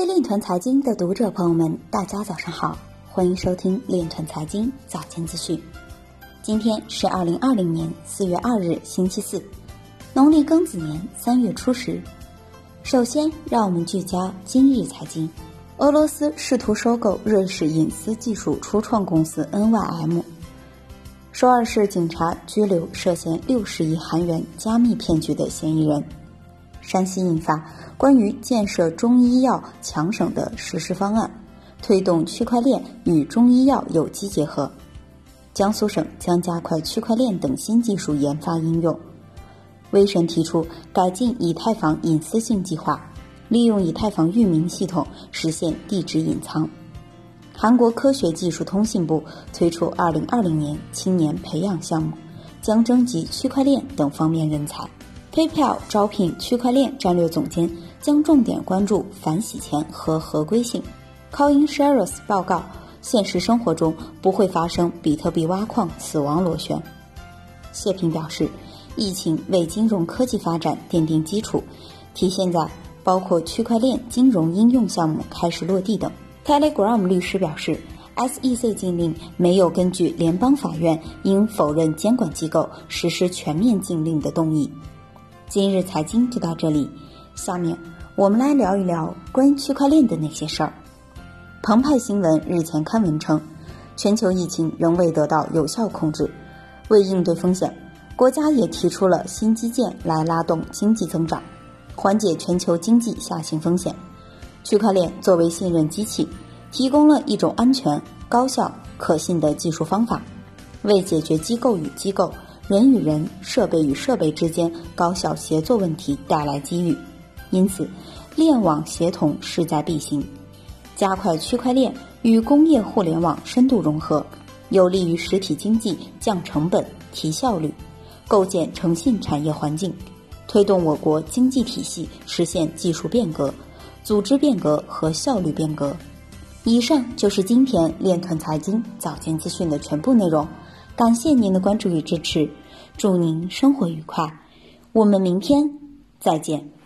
位链团财经的读者朋友们，大家早上好，欢迎收听链团财经早间资讯。今天是2020年4月2日星期四，农历庚子年3月初10。首先让我们聚焦今日财经。俄罗斯试图收购瑞士隐私技术初创公司 NYM。首尔市警察拘留涉嫌60亿韩元加密骗局的嫌疑人。山西印发关于建设中医药强省的实施方案，推动区块链与中医药有机结合。江苏省将加快区块链等新技术研发应用。威神提出改进以太坊隐私性计划，利用以太坊域名系统实现地址隐藏。韩国科学技术通信部推出2020年青年培养项目，将征集区块链等方面人才。PayPal 招聘区块链战略总监，将重点关注反洗钱和合规性。CoinShares 报告，现实生活中不会发生比特币挖矿死亡螺旋。谢平表示，疫情为金融科技发展奠定基础，体现在包括区块链金融应用项目开始落地等。Telegram 律师表示， SEC 禁令没有根据联邦法院应否认监管机构实施全面禁令的动议。今日财经就到这里，下面我们来聊一聊关于区块链的那些事儿。澎湃新闻日前刊文称，全球疫情仍未得到有效控制，为应对风险，国家也提出了新基建来拉动经济增长，缓解全球经济下行风险。区块链作为信任机器，提供了一种安全、高效、可信的技术方法，为解决机构与机构、人与人、设备与设备之间高效协作问题带来机遇。因此，链网协同势在必行，加快区块链与工业互联网深度融合，有利于实体经济降成本、提效率，构建诚信产业环境，推动我国经济体系实现技术变革、组织变革和效率变革。以上就是今天链团财经早间资讯的全部内容，感谢您的关注与支持，祝您生活愉快，我们明天再见。